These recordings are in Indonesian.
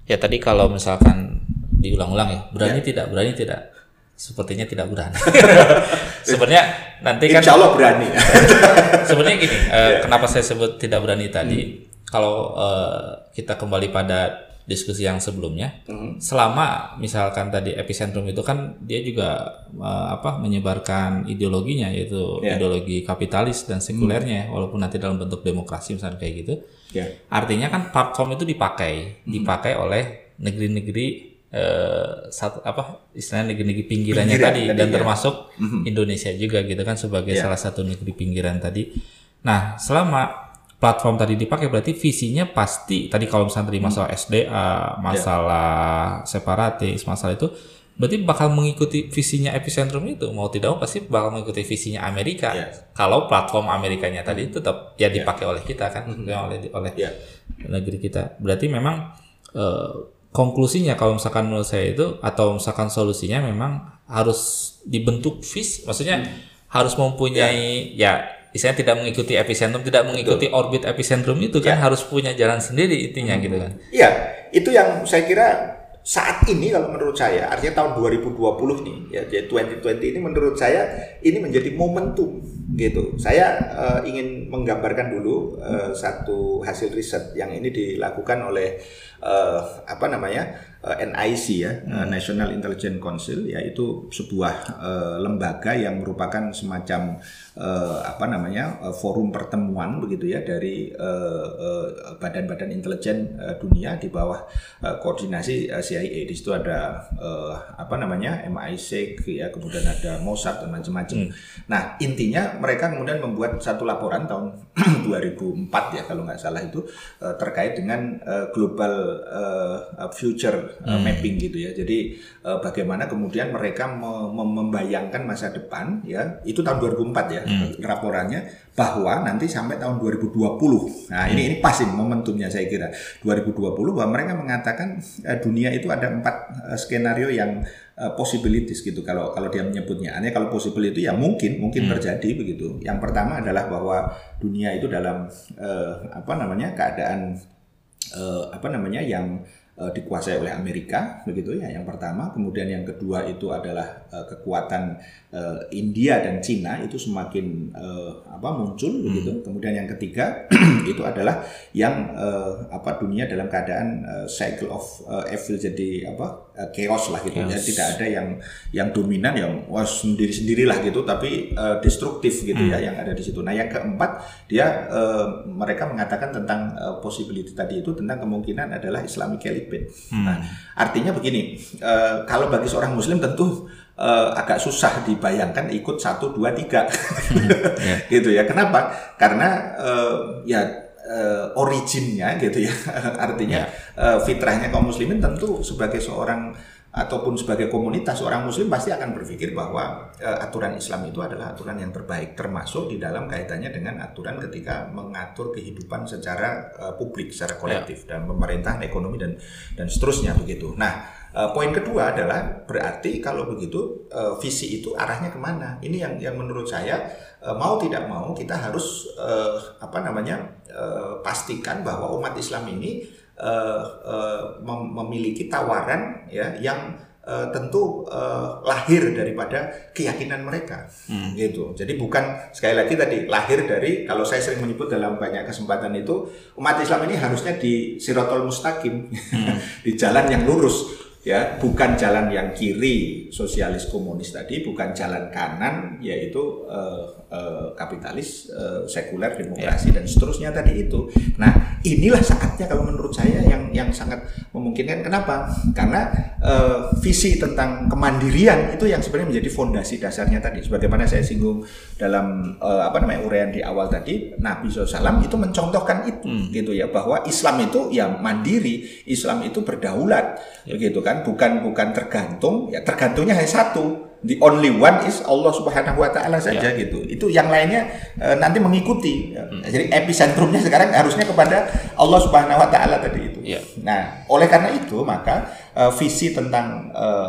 Ya tadi kalau misalkan diulang-ulang ya, berani tidak, sepertinya tidak berani. Sebenarnya nanti kan insya Allah berani. Sebenarnya gini, kenapa saya sebut tidak berani tadi? Kalau kita kembali pada diskusi yang sebelumnya, selama misalkan tadi epicentrum itu kan dia juga menyebarkan ideologinya, yaitu ideologi kapitalis dan sekulernya, walaupun nanti dalam bentuk demokrasi misalnya kayak gitu. Artinya kan platform itu dipakai oleh negeri-negeri istilahnya negeri-negeri pinggirannya tadi dan termasuk Indonesia juga gitu kan sebagai salah satu negeri pinggiran tadi. Nah, selama platform tadi dipakai berarti visinya pasti tadi kalau misalnya tadi masalah SDA, masalah separatis, masalah itu berarti bakal mengikuti visinya epicentrum itu, mau tidak mau pasti bakal mengikuti visinya Amerika. Kalau platform Amerikanya tadi tetap dipakai oleh kita kan, oleh negeri kita. Berarti memang konklusinya kalau misalkan menurut saya itu atau misalkan solusinya memang harus dibentuk visi, maksudnya harus mempunyai istilahnya tidak mengikuti epicentrum, tidak mengikuti orbit epicentrum itu kan harus punya jalan sendiri intinya gitu kan. Iya, itu yang saya kira saat ini kalau menurut saya, artinya tahun 2020 nih, jadi 2020 ini menurut saya ini menjadi momentum gitu. Saya ingin menggambarkan dulu satu hasil riset yang ini dilakukan oleh NIC National Intelligence Council, yaitu sebuah lembaga yang merupakan semacam forum pertemuan begitu ya dari badan-badan intelijen dunia di bawah koordinasi CIA. Di situ ada MI6 ya, kemudian ada Mossad dan macam-macam. Nah, intinya mereka kemudian membuat satu laporan tahun 2004 ya kalau nggak salah itu terkait dengan global future mapping gitu ya. Jadi bagaimana kemudian mereka membayangkan masa depan ya, itu tahun 2004 ya laporannya, bahwa nanti sampai tahun 2020. Nah, ini pas ini momentumnya saya kira. 2020 bahwa mereka mengatakan dunia itu ada 4 skenario yang possibilities gitu kalau dia menyebutnya. Artinya kalau possible itu ya mungkin terjadi begitu. Yang pertama adalah bahwa dunia itu dalam keadaan yang dikuasai oleh Amerika begitu ya, yang pertama. Kemudian yang kedua itu adalah kekuatan India dan Cina itu semakin muncul begitu. Kemudian yang ketiga itu adalah yang dunia dalam keadaan cycle of evil, jadi chaos lah gitu ya, tidak ada yang dominan yang sendiri-sendirilah gitu, tapi destruktif gitu ya yang ada di situ. Nah, yang keempat dia mereka mengatakan tentang possibility tadi itu tentang kemungkinan adalah Islamic Caliphate. Nah, artinya begini, kalau bagi seorang muslim tentu agak susah dibayangkan ikut 1, 2, 3 gitu ya. Kenapa? Karena originnya gitu ya, artinya fitrahnya kaum muslimin tentu sebagai seorang ataupun sebagai komunitas orang muslim pasti akan berpikir bahwa aturan Islam itu adalah aturan yang terbaik, termasuk di dalam kaitannya dengan aturan ketika mengatur kehidupan secara publik, secara kolektif dan pemerintahan, ekonomi dan seterusnya begitu. Nah, poin kedua adalah berarti kalau begitu visi itu arahnya kemana? Ini yang menurut saya mau tidak mau kita harus pastikan bahwa umat Islam ini memiliki tawaran ya yang tentu lahir daripada keyakinan mereka gitu. Jadi bukan, sekali lagi tadi, lahir dari, kalau saya sering menyebut dalam banyak kesempatan itu, umat Islam ini harusnya di Siratal Mustaqim, di jalan yang lurus ya, bukan jalan yang kiri sosialis komunis tadi, bukan jalan kanan yaitu kapitalis sekuler demokrasi dan seterusnya tadi itu. Nah, inilah saatnya kalau menurut saya yang sangat memungkinkan. Kenapa? Karena visi tentang kemandirian itu yang sebenarnya menjadi fondasi dasarnya tadi. Sebagaimana saya singgung dalam uraian di awal tadi, Nabi SAW itu mencontohkan itu gitu ya, bahwa Islam itu ya mandiri, Islam itu berdaulat begitu kan, bukan tergantung, ya tergantungnya hanya satu. The only one is Allah Subhanahu wa Ta'ala saja gitu. Itu yang lainnya nanti mengikuti. Jadi epicentrumnya sekarang harusnya kepada Allah Subhanahu wa Ta'ala tadi itu. Nah, oleh karena itu maka visi tentang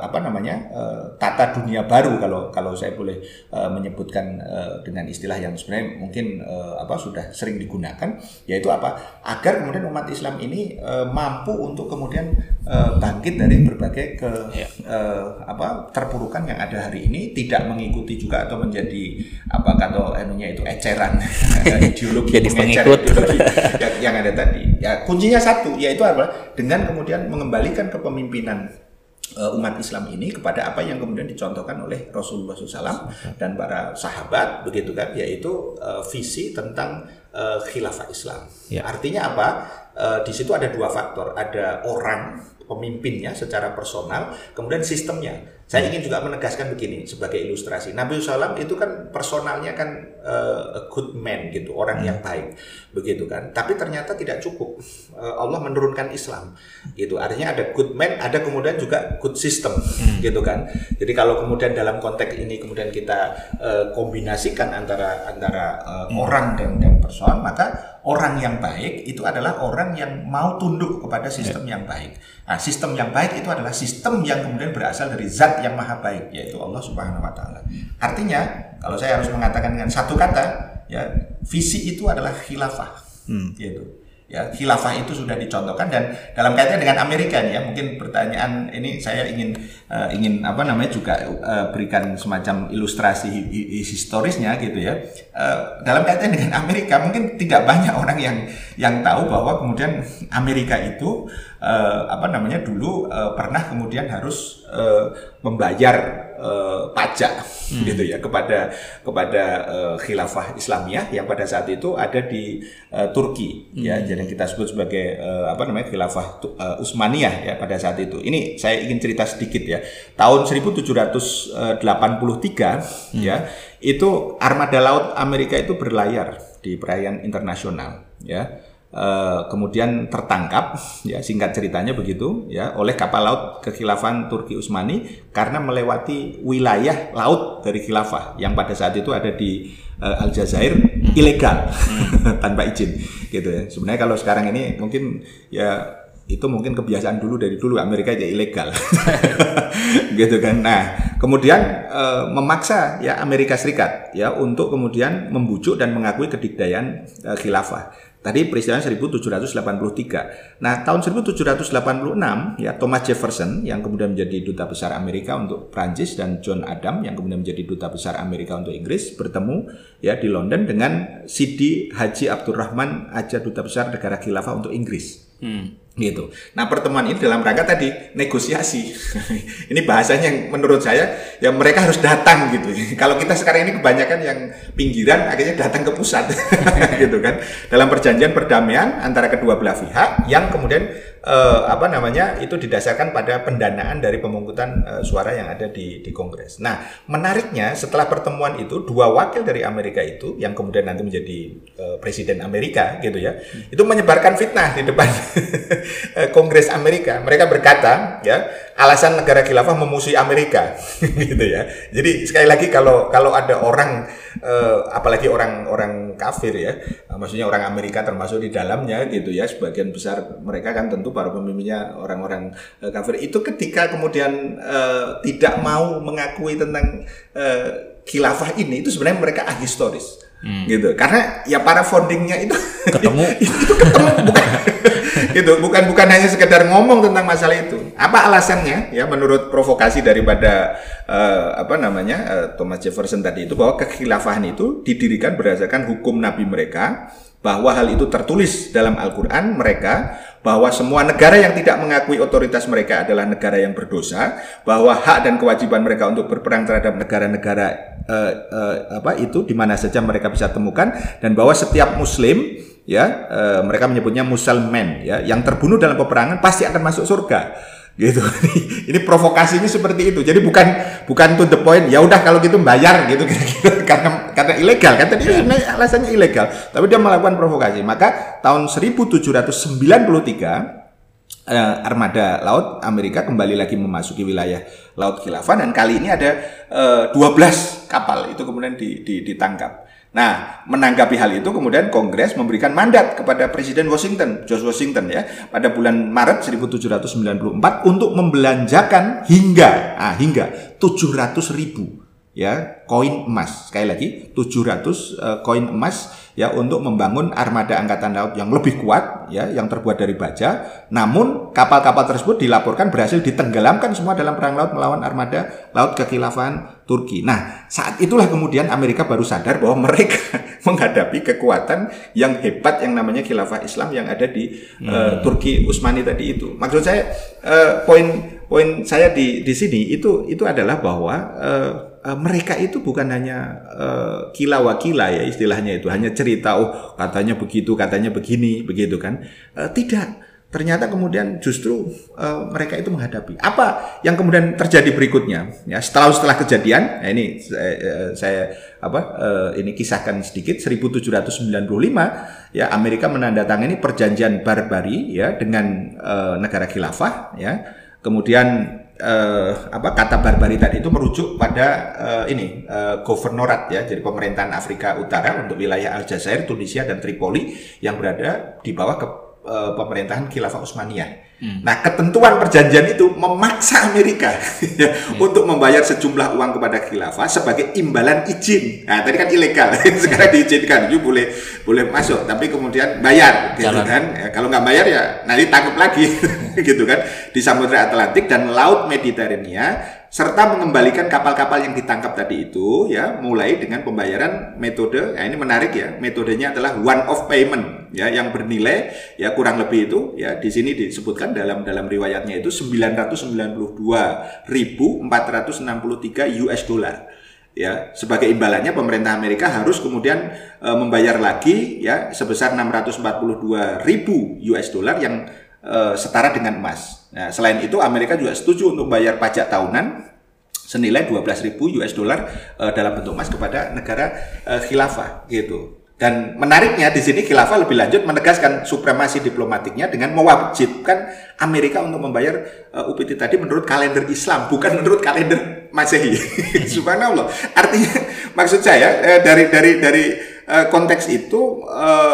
tata dunia baru, kalau saya boleh menyebutkan dengan istilah yang sebenarnya mungkin sudah sering digunakan, yaitu agar kemudian umat Islam ini mampu untuk kemudian bangkit dari berbagai terpurukan yang ada hari ini, tidak mengikuti juga atau menjadi itu eceran ideologi yang ada tadi. Ya, kuncinya satu, yaitu dengan kemudian mengembalikan kepemimpinan umat Islam ini kepada apa yang kemudian dicontohkan oleh Rasulullah SAW dan para sahabat, begitu kan, yaitu visi tentang khilafah Islam. Artinya apa? Di situ ada dua faktor, ada orang pemimpinnya secara personal, kemudian sistemnya. Saya ingin juga menegaskan begini sebagai ilustrasi. Nabi SAW itu kan personalnya kan a good man gitu, orang yang baik, begitu kan. Tapi ternyata tidak cukup. Allah menurunkan Islam, gitu. Artinya ada good man, ada kemudian juga good system, gitu kan. Jadi kalau kemudian dalam konteks ini kemudian kita kombinasikan antara orang dan personal, maka orang yang baik itu adalah orang yang mau tunduk kepada sistem yang baik. Nah, sistem yang baik itu adalah sistem yang kemudian berasal dari zat yang maha baik, yaitu Allah Subhanahu wa taala. Artinya, kalau saya harus mengatakan dengan satu kata, ya, visi itu adalah khilafah. Gitu. Ya, khilafah itu sudah dicontohkan, dan dalam kaitan dengan Amerika nih ya, mungkin pertanyaan ini saya ingin juga berikan semacam ilustrasi historisnya gitu ya. Dalam kaitan dengan Amerika, mungkin tidak banyak orang yang tahu bahwa kemudian Amerika itu dulu pernah kemudian harus membayar pajak gitu ya kepada khilafah Islamiyah yang pada saat itu ada di Turki ya, jadi yang kita sebut sebagai khilafah Utsmaniyah ya pada saat itu. Ini saya ingin cerita sedikit ya. Tahun 1783 ya, itu armada laut Amerika itu berlayar di perairan internasional ya. Kemudian tertangkap ya, singkat ceritanya begitu ya, oleh kapal laut kekhilafan Turki Utsmani karena melewati wilayah laut dari khilafah yang pada saat itu ada di Aljazair ilegal tanpa izin gitu ya. Sebenarnya kalau sekarang ini mungkin ya itu mungkin kebiasaan dari dulu Amerika aja ilegal gitu kan. Nah, kemudian memaksa ya Amerika Serikat ya untuk kemudian membujuk dan mengakui kedikdayaan khilafah. Tadi peristiwanya 1783. Nah, tahun 1786 ya Thomas Jefferson yang kemudian menjadi duta besar Amerika untuk Prancis dan John Adams yang kemudian menjadi duta besar Amerika untuk Inggris bertemu ya di London dengan Sidi Haji Abdurrahman Aja, duta besar negara khilafah untuk Inggris. Gitu. Nah, pertemuan ini dalam rangka tadi negosiasi. Ini bahasanya yang menurut saya ya mereka harus datang gitu. Kalau kita sekarang ini kebanyakan yang pinggiran akhirnya datang ke pusat gitu kan. Dalam perjanjian perdamaian antara kedua belah pihak yang kemudian itu didasarkan pada pendanaan dari pemungutan suara yang ada di Kongres. Nah, menariknya setelah pertemuan itu dua wakil dari Amerika itu yang kemudian nanti menjadi presiden Amerika gitu ya, itu menyebarkan fitnah di depan Kongres Amerika. Mereka berkata ya, alasan negara khilafah memusuhi Amerika gitu ya. Jadi sekali lagi kalau ada orang apalagi orang kafir ya, maksudnya orang Amerika termasuk di dalamnya gitu ya, sebagian besar mereka kan tentu para pemimpinnya orang-orang kafir itu, ketika kemudian tidak mau mengakui tentang khilafah ini, itu sebenarnya mereka ahistoris gitu, karena ya para foundingnya itu ketemu bukan hanya sekedar ngomong tentang masalah itu. Apa alasannya ya, menurut provokasi daripada Thomas Jefferson tadi itu, bahwa kekhilafahan itu didirikan berdasarkan hukum nabi mereka, bahwa hal itu tertulis dalam Al-Quran mereka, bahwa semua negara yang tidak mengakui otoritas mereka adalah negara yang berdosa, bahwa hak dan kewajiban mereka untuk berperang terhadap negara-negara itu di mana saja mereka bisa temukan, dan bahwa setiap muslim ya mereka menyebutnya musalman ya, yang terbunuh dalam peperangan pasti akan masuk surga gitu. Ini provokasinya seperti itu. Jadi bukan to the point, ya udah kalau gitu bayar gitu kira-kira, karena ilegal kan tadi alasannya ilegal, tapi dia melakukan provokasi. Maka tahun 1793 armada laut Amerika kembali lagi memasuki wilayah laut khilafah, dan kali ini ada 12 kapal itu kemudian ditangkap. Nah, menanggapi hal itu kemudian Kongres memberikan mandat kepada Presiden Washington, George Washington ya, pada bulan Maret 1794 untuk membelanjakan hingga 700.000 ya koin emas. Sekali lagi 700 koin emas ya untuk membangun armada angkatan laut yang lebih kuat ya, yang terbuat dari baja. Namun kapal-kapal tersebut dilaporkan berhasil ditenggelamkan semua dalam perang laut melawan armada laut kekhilafahan Turki. Nah, saat itulah kemudian Amerika baru sadar bahwa mereka menghadapi kekuatan yang hebat yang namanya khilafah Islam yang ada di Turki Utsmani tadi itu. Maksud saya poin saya di sini itu adalah bahwa mereka itu bukan hanya kila wakila ya istilahnya itu, hanya cerita katanya begitu, katanya begini, begitu kan. Tidak. Ternyata kemudian justru mereka itu menghadapi apa yang kemudian terjadi berikutnya ya setelah kejadian. Nah ini saya ini kisahkan sedikit. 1795 ya Amerika menandatangani perjanjian Barbary ya dengan negara khilafah ya. Kemudian kata Barbary tadi itu merujuk pada governorat ya, jadi pemerintahan Afrika Utara untuk wilayah Aljazair, Tunisia dan Tripoli yang berada di bawah pemerintahan Khilafah Utsmaniyah. Nah, ketentuan perjanjian itu memaksa Amerika ya, untuk membayar sejumlah uang kepada khilafah sebagai imbalan izin. Nah, tadi kan ilegal, sekarang diizinkan, you boleh masuk, tapi kemudian bayar, gitu kan? Ya, kalau nggak bayar ya nanti tangkap lagi, gitu kan? Di Samudra Atlantik dan Laut Mediterania, serta mengembalikan kapal-kapal yang ditangkap tadi itu ya, mulai dengan pembayaran metode. Nah, ini menarik ya, metodenya adalah one off payment ya, yang bernilai ya kurang lebih itu ya di sini disebutkan dalam riwayatnya itu 992.463 US dollar. Ya, sebagai imbalannya pemerintah Amerika harus kemudian membayar lagi ya sebesar 642.000 US dollar yang setara dengan emas. Nah, selain itu Amerika juga setuju untuk bayar pajak tahunan senilai 12.000 US dollar dalam bentuk emas kepada negara khilafah gitu. Dan menariknya di sini khilafah lebih lanjut menegaskan supremasi diplomatiknya dengan mewajibkan Amerika untuk membayar UPT tadi menurut kalender Islam, bukan menurut kalender Masehi. Subhanallah. Artinya maksud saya dari konteks itu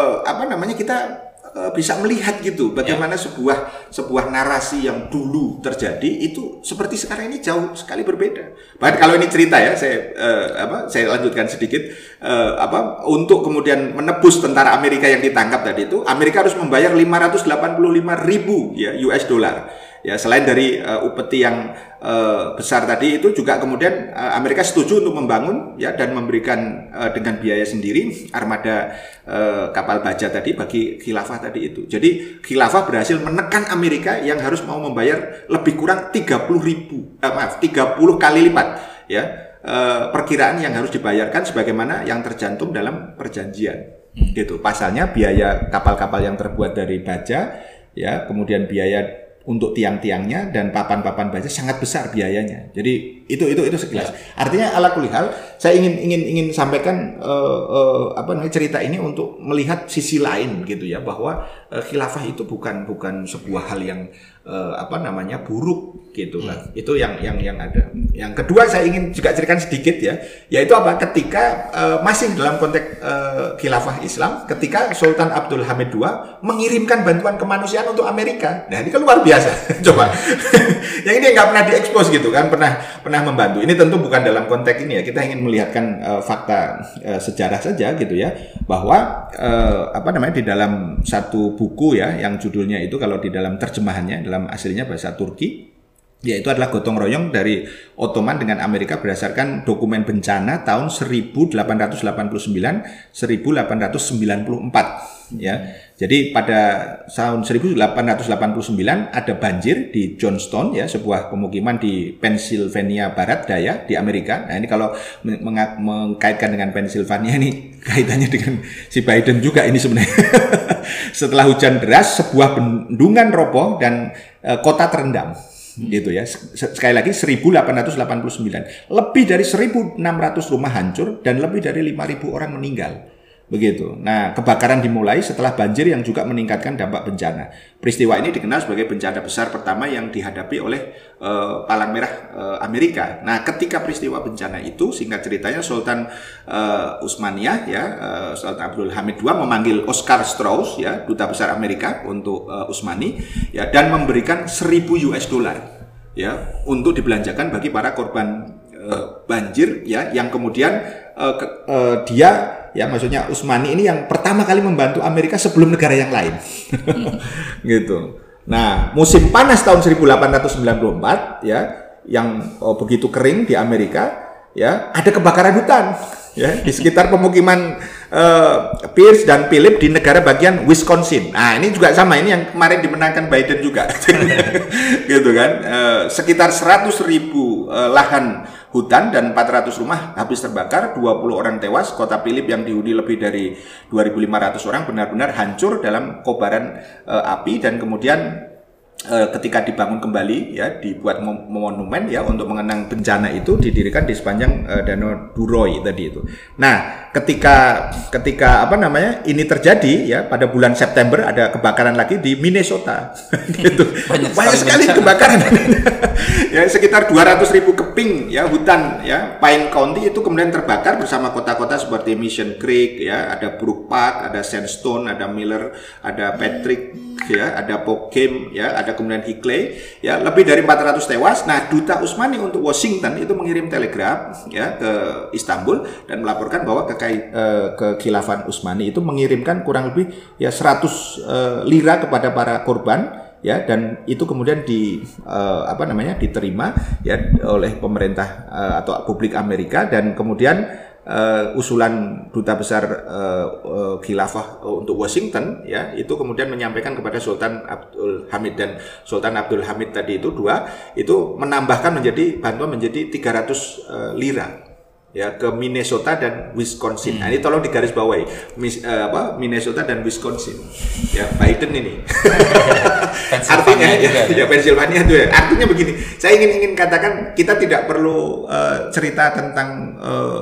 kita bisa melihat gitu bagaimana sebuah narasi yang dulu terjadi itu seperti sekarang ini jauh sekali berbeda. Bahkan kalau ini cerita ya, saya lanjutkan sedikit untuk kemudian menebus tentara Amerika yang ditangkap tadi itu, Amerika harus membayar 585.000 ya US dollar. Ya, selain dari upeti yang besar tadi itu juga kemudian Amerika setuju untuk membangun ya dan memberikan dengan biaya sendiri armada kapal baja tadi bagi khilafah tadi itu. Jadi khilafah berhasil menekan Amerika yang harus mau membayar lebih kurang 30 kali lipat ya perkiraan yang harus dibayarkan sebagaimana yang tercantum dalam perjanjian. Gitu. Pasalnya biaya kapal-kapal yang terbuat dari baja ya, kemudian biaya untuk tiang-tiangnya dan papan-papan baja sangat besar biayanya. Jadi itu sekilas. Artinya ala kulli hal saya ingin sampaikan cerita ini untuk melihat sisi lain gitu ya, bahwa khilafah itu bukan sebuah hal yang buruk gitu kan. Itu yang ada. Yang kedua saya ingin juga ceritakan sedikit ya, yaitu ketika masih dalam konteks khilafah Islam, ketika Sultan Abdul Hamid II mengirimkan bantuan kemanusiaan untuk Amerika. Nah, ini kan luar biasa. Coba. Yang ini nggak pernah diekspos gitu kan, pernah membantu. Ini tentu bukan dalam konteks ini ya. Kita ingin melihatkan fakta sejarah saja gitu ya, bahwa di dalam satu buku ya yang judulnya itu, kalau di dalam terjemahannya dalam aslinya bahasa Turki, yaitu adalah gotong royong dari Ottoman dengan Amerika berdasarkan dokumen bencana tahun 1889-1894 ya. Jadi pada tahun 1889 ada banjir di Johnstown ya, sebuah pemukiman di Pennsylvania Barat Daya di Amerika. Nah, ini kalau mengkaitkan dengan Pennsylvania ini kaitannya dengan si Biden juga ini sebenarnya. Setelah hujan deras, sebuah bendungan roboh dan kota terendam. Gitu ya. Sekali lagi 1889. Lebih dari 1.600 rumah hancur dan lebih dari 5.000 orang meninggal. Begitu. Nah, kebakaran dimulai setelah banjir yang juga meningkatkan dampak bencana. Peristiwa ini dikenal sebagai bencana besar pertama yang dihadapi oleh Palang Merah Amerika. Nah, ketika peristiwa bencana itu, singkat ceritanya Sultan Utsmaniyah ya, Sultan Abdul Hamid II memanggil Oscar Strauss ya, duta besar Amerika untuk Utsmani ya, dan memberikan $1.000 ya untuk dibelanjakan bagi para korban banjir ya, yang kemudian dia ya, maksudnya Utsmani ini yang pertama kali membantu Amerika sebelum negara yang lain. Gitu. Nah, musim panas tahun 1894 ya, yang begitu kering di Amerika ya, ada kebakaran hutan ya di sekitar pemukiman Pierce dan Philip di negara bagian Wisconsin. Nah, ini juga sama, ini yang kemarin dimenangkan Biden juga. Gitu kan. Sekitar 100.000 lahan hutan dan 400 rumah habis terbakar, 20 orang tewas. Kota Philip yang dihuni lebih dari 2.500 orang benar-benar hancur dalam kobaran api, dan kemudian ketika dibangun kembali ya, dibuat monumen ya untuk mengenang bencana itu, didirikan di sepanjang Danau Duroy tadi itu. Nah, ketika apa namanya ini terjadi ya, pada bulan September ada kebakaran lagi di Minnesota. Gitu. Banyak sekali kebakaran. Ya, sekitar 200.000 keping ya hutan ya Pine County itu kemudian terbakar bersama kota-kota seperti Mission Creek ya, ada Brook Park, ada Sandstone, ada Miller, ada Patrick ya, ada Pockham ya, ada kemudian Hickley ya, lebih dari 400 tewas. Nah, duta Utsmani untuk Washington itu mengirim telegraf ya ke Istanbul dan melaporkan bahwa kekhilafan Utsmani itu mengirimkan kurang lebih ya 100 lira kepada para korban ya, dan itu kemudian diterima ya oleh pemerintah atau publik Amerika, dan kemudian usulan duta besar khilafah untuk Washington ya itu kemudian menyampaikan kepada Sultan Abdul Hamid, dan Sultan Abdul Hamid tadi itu menambahkan bantuan menjadi 300 lira ya ke Minnesota dan Wisconsin. Nah, ini tolong digarisbawahi, Minnesota dan Wisconsin. Ya, Biden ini. Artinya ya Pennsylvania itu ya. Artinya begini, saya ingin katakan kita tidak perlu cerita tentang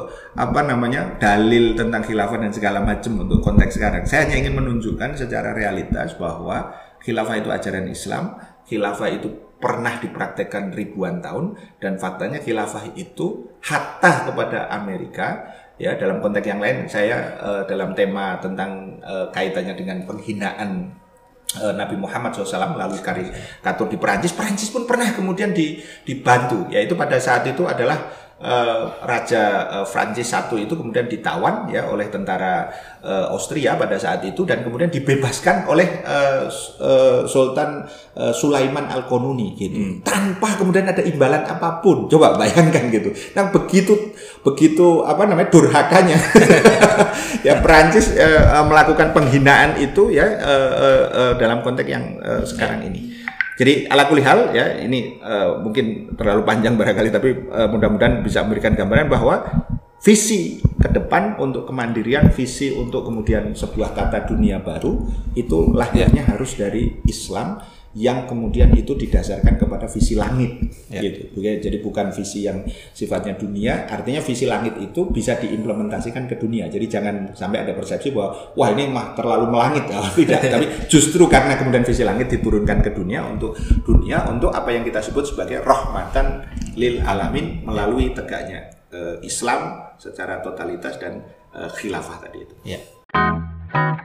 dalil tentang khilafah dan segala macam untuk konteks sekarang. Saya hanya ingin menunjukkan secara realitas bahwa khilafah itu ajaran Islam, khilafah itu pernah dipraktekkan ribuan tahun, dan faktanya khilafah itu hatta kepada Amerika ya. Dalam konteks yang lain, saya dalam tema tentang kaitannya dengan penghinaan Nabi Muhammad SAW melalui karikatur di Perancis pun pernah kemudian dibantu, yaitu pada saat itu adalah Raja Prancis I itu kemudian ditawan ya oleh tentara Austria pada saat itu, dan kemudian dibebaskan oleh Sultan Sulaiman Al-Qanuni gitu, tanpa kemudian ada imbalan apapun. Coba bayangkan gitu. Nah, begitu durhakanya ya Prancis melakukan penghinaan itu ya dalam konteks yang sekarang ini. Jadi ala kulli hal ya, ini mungkin terlalu panjang barangkali, tapi mudah-mudahan bisa memberikan gambaran bahwa visi ke depan untuk kemandirian, visi untuk kemudian sebuah tata dunia baru itu lahirnya harus dari Islam, yang kemudian itu didasarkan kepada visi langit gitu. Jadi bukan visi yang sifatnya dunia, artinya visi langit itu bisa diimplementasikan ke dunia. Jadi jangan sampai ada persepsi bahwa wah ini mah terlalu melangit ya. Tidak, tapi justru karena kemudian visi langit diturunkan ke dunia untuk apa yang kita sebut sebagai rahmatan lil alamin melalui tegaknya Islam secara totalitas dan khilafah tadi itu.